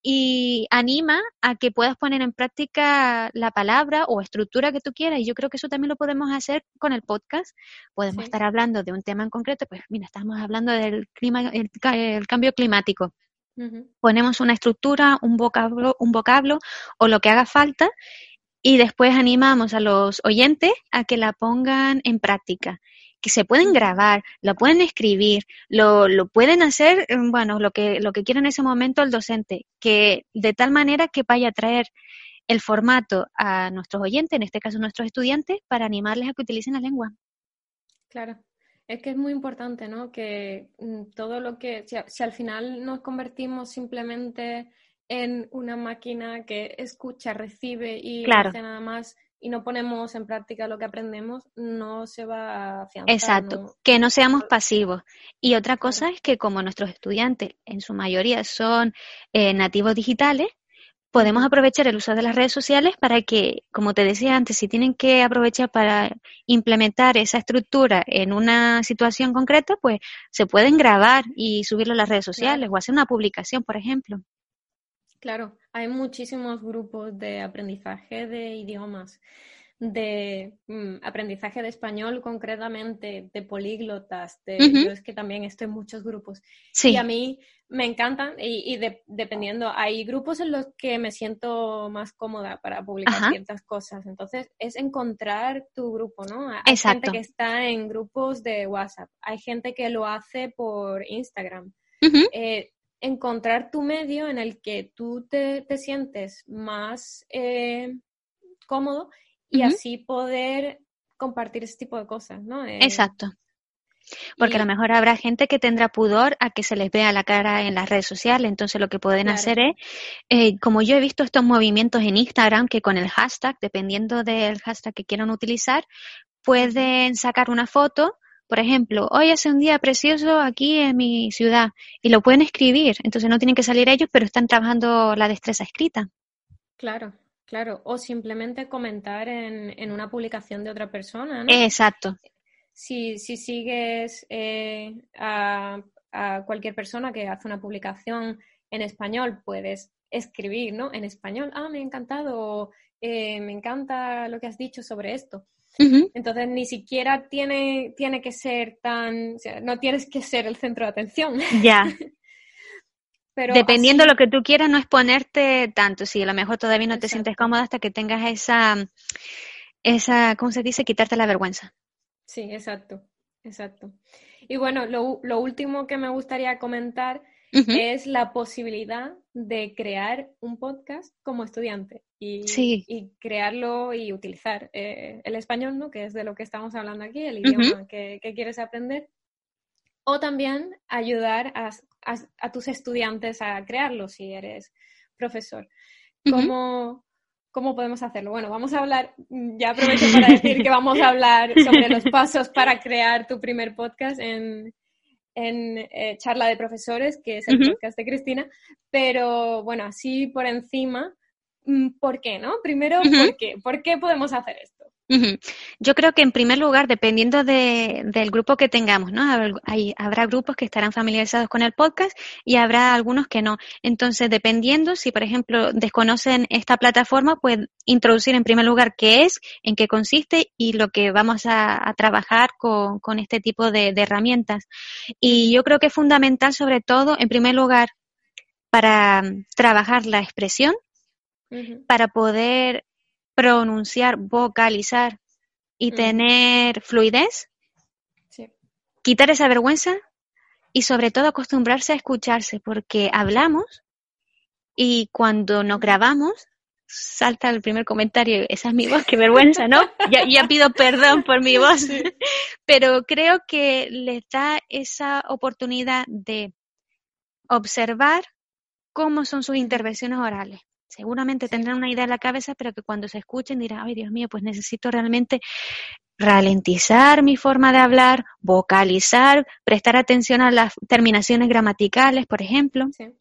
y anima a que puedas poner en práctica la palabra o estructura que tú quieras. Y yo creo que eso también lo podemos hacer con el podcast. Podemos Sí. estar hablando de un tema en concreto, pues mira, estamos hablando del clima, el, ca- el cambio climático. Ujú. Ponemos una estructura, un vocablo, un vocablo o lo que haga falta y después animamos a los oyentes a que la pongan en práctica, que se pueden Ujú. grabar, lo pueden escribir, lo, lo pueden hacer, mm, bueno, lo que, lo que quiera en ese momento el docente, que de tal manera que vaya a traer el formato a nuestros oyentes, en este caso nuestros estudiantes, para animarles a que utilicen la lengua. Claro, es que es muy importante, ¿no? Que mm, todo lo que, si, a- si al final nos convertimos simplemente en una máquina que escucha, recibe y no Claro, hace nada más y no ponemos en práctica lo que aprendemos, no se va a afianzar, exacto, ¿no? que no seamos No- pasivos. Y otra claro, cosa es que como nuestros estudiantes en su mayoría son eh, nativos digitales, podemos ujú, aprovechar el uso de las redes sociales para que, como te decía antes, si tienen que aprovechar para implementar esa estructura en una situación concreta, pues se pueden grabar y subirlo a las redes sociales claro. o hacer una publicación, por ejemplo. Claro, hay muchísimos grupos de aprendizaje de idiomas, de mm, aprendizaje de español concretamente, de políglotas, de, Ujú, yo es que también estoy en muchos grupos y a sí, mí me encantan y, y de- dependiendo, hay grupos en los que me siento más cómoda para publicar ajá, ciertas cosas, entonces es encontrar tu grupo, ¿no? Hay gente que exacto. está en grupos de WhatsApp, hay gente que lo hace por Instagram. Ujú, eh, Encontrar tu medio en el que tú te, te sientes más eh, cómodo y ujú, así poder compartir ese tipo de cosas, ¿no? Eh, exacto. Porque a lo y mejor habrá gente que tendrá pudor a que se les vea la cara en las redes sociales, entonces lo que pueden claro, hacer es, eh, como yo he visto estos movimientos en Instagram, que con el hashtag, dependiendo del hashtag que quieran utilizar, ujú, pueden sacar una foto, por ejemplo, hoy hace un día precioso aquí en mi ciudad, y lo pueden escribir, entonces no tienen que salir ellos, pero están trabajando la destreza escrita. claro, claro. O simplemente comentar en, en una publicación de otra persona, ¿no? Exacto. Si, si sigues eh, a, a cualquier persona que hace una publicación en español, puedes escribir, ¿no? En español, ah, me ha encantado, o, eh, me encanta lo que has dicho sobre esto. Ujú. Entonces, ni siquiera tiene, tiene que ser tan, o sea, no tienes que ser el centro de atención, Ya. pero Dependiendo de lo así, que tú quieras, no exponerte tanto. Si a lo mejor todavía no te sientes exacto, cómoda hasta que tengas esa, esa, ¿cómo se dice? Quitarte la vergüenza. sí, exacto, exacto. Y bueno, lo, lo último que me gustaría comentar Ujú. es la posibilidad de crear un podcast como estudiante y, Sí. y crearlo y utilizar eh, el español, ¿no? Que es de lo que estamos hablando aquí, el Ujú. idioma que, que quieres aprender. O también ayudar a, a, a tus estudiantes a crearlo si eres profesor. Ujú. ¿Cómo, ¿Cómo podemos hacerlo? Bueno, vamos a hablar, ya aprovecho para decir que vamos a hablar sobre los pasos para crear tu primer podcast en, en eh, Charla de Profesores, que es el Ujú. podcast de Cristina, pero bueno, así por encima, mm, ¿por qué, no? Primero, Ujú. ¿por qué? ¿Por qué podemos hacer esto? Ujú. Yo creo que en primer lugar, dependiendo de, del grupo que tengamos, ¿no? Hab- Hay, habrá grupos que estarán familiarizados con el podcast y habrá algunos que no. Entonces, dependiendo, si por ejemplo desconocen esta plataforma, pues introducir en primer lugar qué es, en qué consiste y lo que vamos a, a trabajar con, con este tipo de, de herramientas. Y yo creo que es fundamental, sobre todo, en primer lugar, para mm, trabajar la expresión, Ujú, para poder pronunciar, vocalizar y ujú, tener fluidez, sí, quitar esa vergüenza y sobre todo acostumbrarse a escucharse, porque hablamos y cuando nos ujú. grabamos salta el primer comentario, esa es mi voz, qué vergüenza, ¿no? Ya, ya pido perdón por mi voz, Sí, pero creo que les da esa oportunidad de observar cómo son sus ujú, intervenciones orales. Seguramente sí. tendrán una idea en la cabeza, pero que cuando se escuchen dirán, ay Dios mío, pues necesito realmente ralentizar mi forma de hablar, vocalizar, prestar atención a las terminaciones gramaticales, por ejemplo. Sí,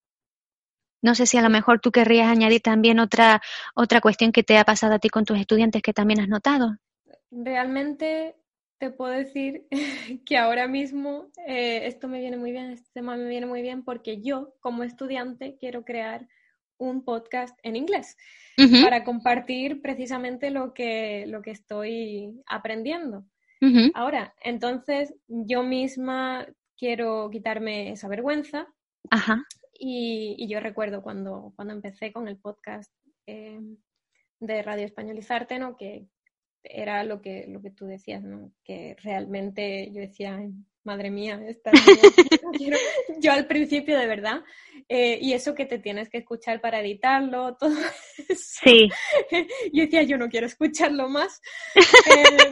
No sé si a lo sí. mejor tú querrías añadir también otra, otra cuestión que te ha pasado a ti con tus estudiantes que también has notado. Realmente te puedo decir que ahora mismo eh, esto me viene muy bien, este tema me viene muy bien porque yo, como estudiante, quiero crear un podcast en inglés Ujú, para compartir precisamente lo que, lo que estoy aprendiendo. ujú, Ahora, entonces, yo misma quiero quitarme esa vergüenza ajá, y, y yo recuerdo cuando, cuando empecé con el podcast eh, de Radio Españolizarte, ¿no? Que era lo que, lo que tú decías, ¿no? Que realmente yo decía, "Ay, madre mía, esta es mi voz, yo no quiero". Yo al principio, de verdad, eh, y eso que te tienes que escuchar para editarlo, todo eso, sí. yo decía, yo no quiero escucharlo más, eh,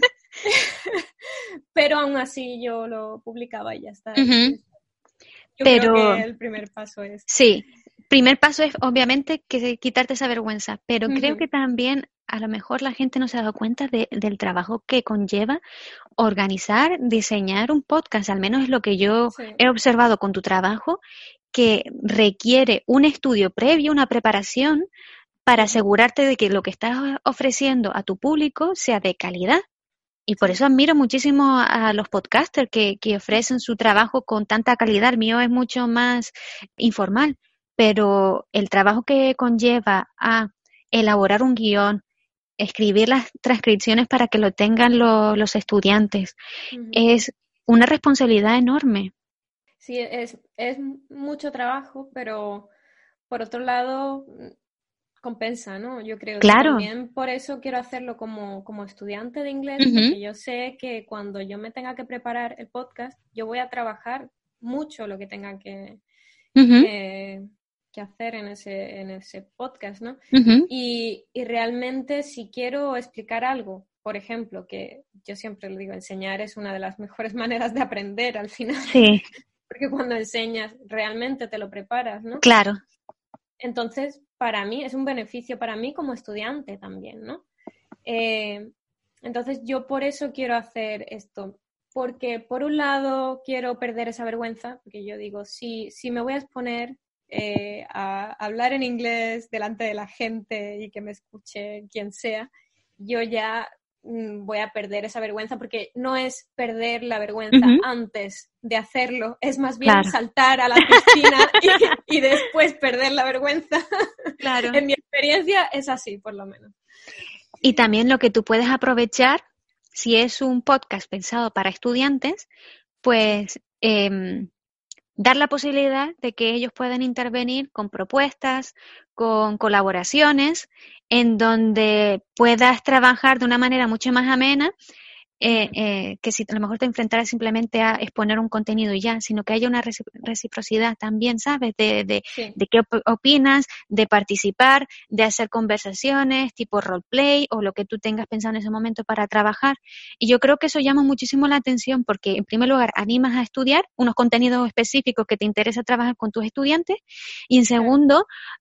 pero aún así yo lo publicaba y ya está. Y Ujú, yo creo que pero el primer paso es... sí, primer paso es obviamente que quitarte esa vergüenza, pero creo Ujú, que también a lo mejor la gente no se ha dado cuenta de, del trabajo que conlleva organizar, diseñar un podcast, al menos es lo que yo sí, he observado con tu trabajo, que requiere un estudio previo, una preparación para ujú, asegurarte de que lo que estás ofreciendo a tu público sea de calidad. Y por sí, eso admiro muchísimo a los podcasters que, que ofrecen su trabajo con tanta calidad. El mío es mucho más informal, pero el trabajo que conlleva a elaborar un guión, escribir las transcripciones para que lo tengan lo- los estudiantes, ujú. es una responsabilidad enorme. Sí, es, es mucho trabajo, pero por otro lado mm, compensa, ¿no? Yo creo que Claro. también por eso quiero hacerlo como, como estudiante de inglés, Ujú, porque yo sé que cuando yo me tenga que preparar el podcast, yo voy a trabajar mucho lo que tenga que, ujú, que, que hacer en ese, en ese podcast, ¿no? ujú. Y, y realmente si quiero explicar algo, por ejemplo, que yo siempre lo digo, enseñar es una de las mejores maneras de aprender al final, Sí, porque cuando enseñas realmente te lo preparas, ¿no? claro. Entonces, para mí es un beneficio para mí como estudiante también, ¿no? Eh, entonces, yo por eso quiero hacer esto, porque por un lado quiero perder esa vergüenza, porque yo digo, si, si me voy a exponer eh, a hablar en inglés delante de la gente y que me escuche quien sea, yo ya mm, voy a perder esa vergüenza, porque no es perder la vergüenza Ujú, antes de hacerlo, es más bien claro, saltar a la piscina y, y después perder la vergüenza. claro. En mi experiencia es así, por lo menos. Y también lo que tú puedes aprovechar, si es un podcast pensado para estudiantes, pues em, dar la posibilidad de que ellos puedan intervenir con propuestas, con colaboraciones, en donde puedas trabajar de una manera mucho más amena eh, Ujú, eh, que si a lo mejor te enfrentaras simplemente a exponer un contenido y ya, sino que haya una reci- reciprocidad también, ¿sabes? De, de, sí, de qué op- opinas, de participar, de hacer conversaciones tipo roleplay o lo que tú tengas pensado en ese momento para trabajar. Y yo creo que eso llama muchísimo la atención porque, en primer lugar, animas a estudiar unos contenidos específicos que te interesa trabajar con tus estudiantes y, en claro, segundo,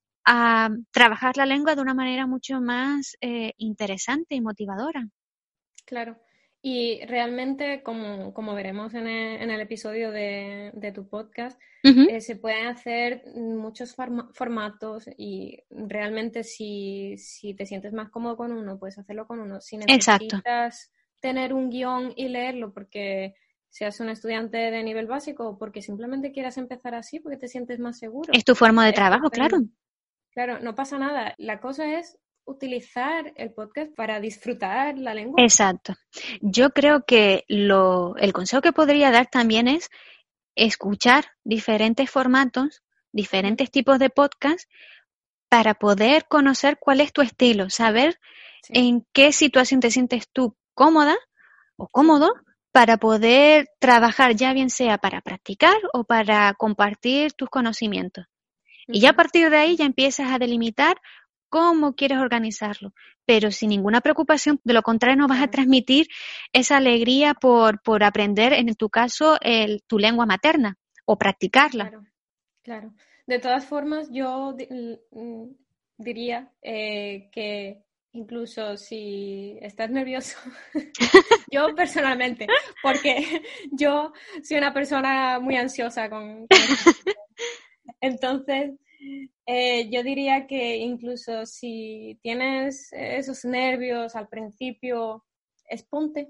a trabajar la lengua de una manera mucho más eh, interesante y motivadora. claro. Y realmente, como, como veremos en el, en el episodio de, de tu podcast, Uh-huh. eh, se pueden hacer muchos forma- formatos y realmente si, si te sientes más cómodo con uno, puedes hacerlo con uno. Si Exacto. necesitas tener un guión y leerlo porque seas un estudiante de nivel básico o porque simplemente quieras empezar así porque te sientes más seguro, Es tu forma de trabajo, claro. estupendo. Claro, no pasa nada. La cosa es utilizar el podcast para disfrutar la lengua. Exacto. Yo creo que lo, el consejo que podría dar también es escuchar diferentes formatos, diferentes tipos de podcast para poder conocer cuál es tu estilo, saber Sí, en qué situación te sientes tú cómoda o cómodo para poder trabajar, ya bien sea para practicar o para compartir tus conocimientos. Y ya a ujú, partir de ahí ya empiezas a delimitar cómo quieres organizarlo, pero sin ninguna preocupación, de lo contrario no vas a claro, transmitir esa alegría por, por aprender, en tu caso, el, tu lengua materna o practicarla. claro, claro. De todas formas, yo di- l- mm, diría eh, que incluso si estás nervioso, yo personalmente, porque yo soy una persona muy ansiosa con, con este tipo. Entonces, eh, yo diría que incluso si tienes esos nervios al principio, exponte,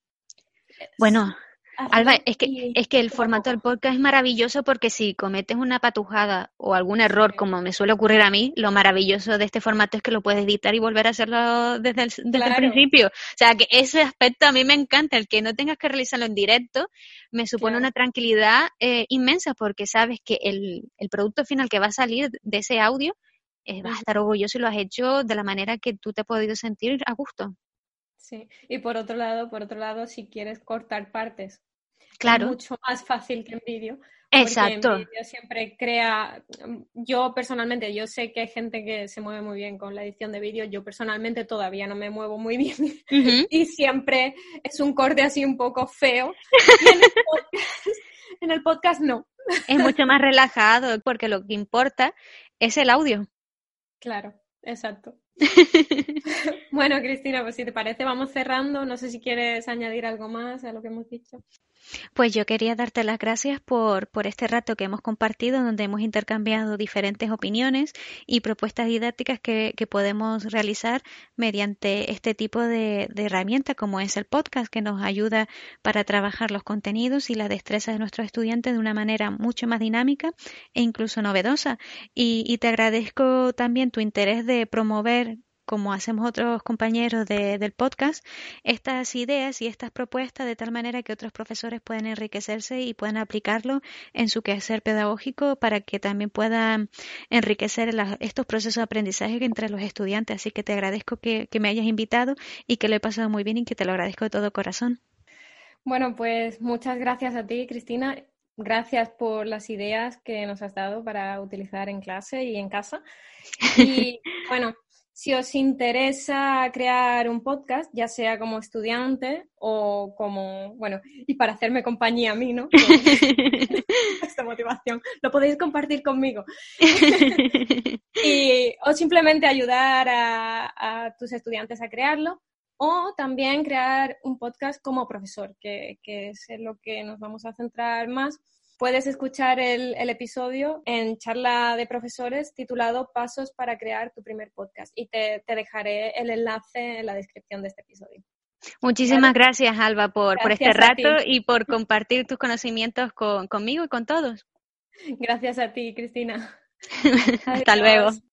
Bueno, Alba, hazlo es que, y es que el poco a formato del poco. podcast es maravilloso porque si cometes una patujada o algún error, Sí. como me suele ocurrir a mí, lo maravilloso de este formato es que lo puedes editar y volver a hacerlo desde el, desde el Claro, principio. O sea, que ese aspecto a mí me encanta, el que no tengas que realizarlo en directo, me supone claro. una tranquilidad eh, inmensa porque sabes que el, el producto final que va a salir de ese audio, eh, vas a Ujú, estar orgulloso y lo has hecho de la manera que tú te has podido sentir a gusto. sí. Y por otro lado, por otro lado, si quieres cortar partes, es Claro, mucho más fácil que en vídeo, porque en exacto. vídeo siempre crea, yo personalmente, yo sé que hay gente que se mueve muy bien con la edición de vídeo, yo personalmente todavía no me muevo muy bien Ujú. y siempre es un corte así un poco feo y en el podcast, en el podcast no. Es mucho más relajado porque lo que importa es el audio. Claro, exacto. Bueno, Cristina, pues si te parece, vamos cerrando. No sé si quieres añadir algo más a lo que hemos dicho. Pues yo quería darte las gracias por, por este rato que hemos compartido, donde hemos intercambiado diferentes opiniones y propuestas didácticas que, que podemos realizar mediante este tipo de, de herramientas como es el podcast, que nos ayuda para trabajar los contenidos y la destreza de nuestros estudiantes de una manera mucho más dinámica e incluso novedosa. Y, y te agradezco también tu interés de promover, como hacemos otros compañeros de, del podcast, estas ideas y estas propuestas de tal manera que otros profesores puedan enriquecerse y puedan aplicarlo en su quehacer pedagógico para que también puedan enriquecer la- estos procesos de aprendizaje entre los estudiantes. Así que te agradezco que, que me hayas invitado y que lo he pasado muy bien y que te lo agradezco de todo corazón. Bueno, pues muchas gracias a ti, Cristina. Gracias por las ideas que nos has dado para utilizar en clase y en casa. Y bueno, si os interesa crear un podcast, ya sea como estudiante o como, bueno, y para hacerme compañía a mí, ¿no? Esta motivación, lo podéis compartir conmigo. Y, o simplemente ayudar a, a tus estudiantes a crearlo, o también crear un podcast como profesor, que, que es en lo que nos vamos a centrar más. Puedes escuchar el, el episodio en Charla de Profesores titulado Pasos para crear tu primer podcast y te, te dejaré el enlace en la descripción de este episodio. Muchísimas ¿Vale? gracias, Alba, por, por este Gracias a rato ti. y por compartir tus conocimientos con, conmigo y con todos. Gracias a ti, Cristina. Hasta luego. Adiós.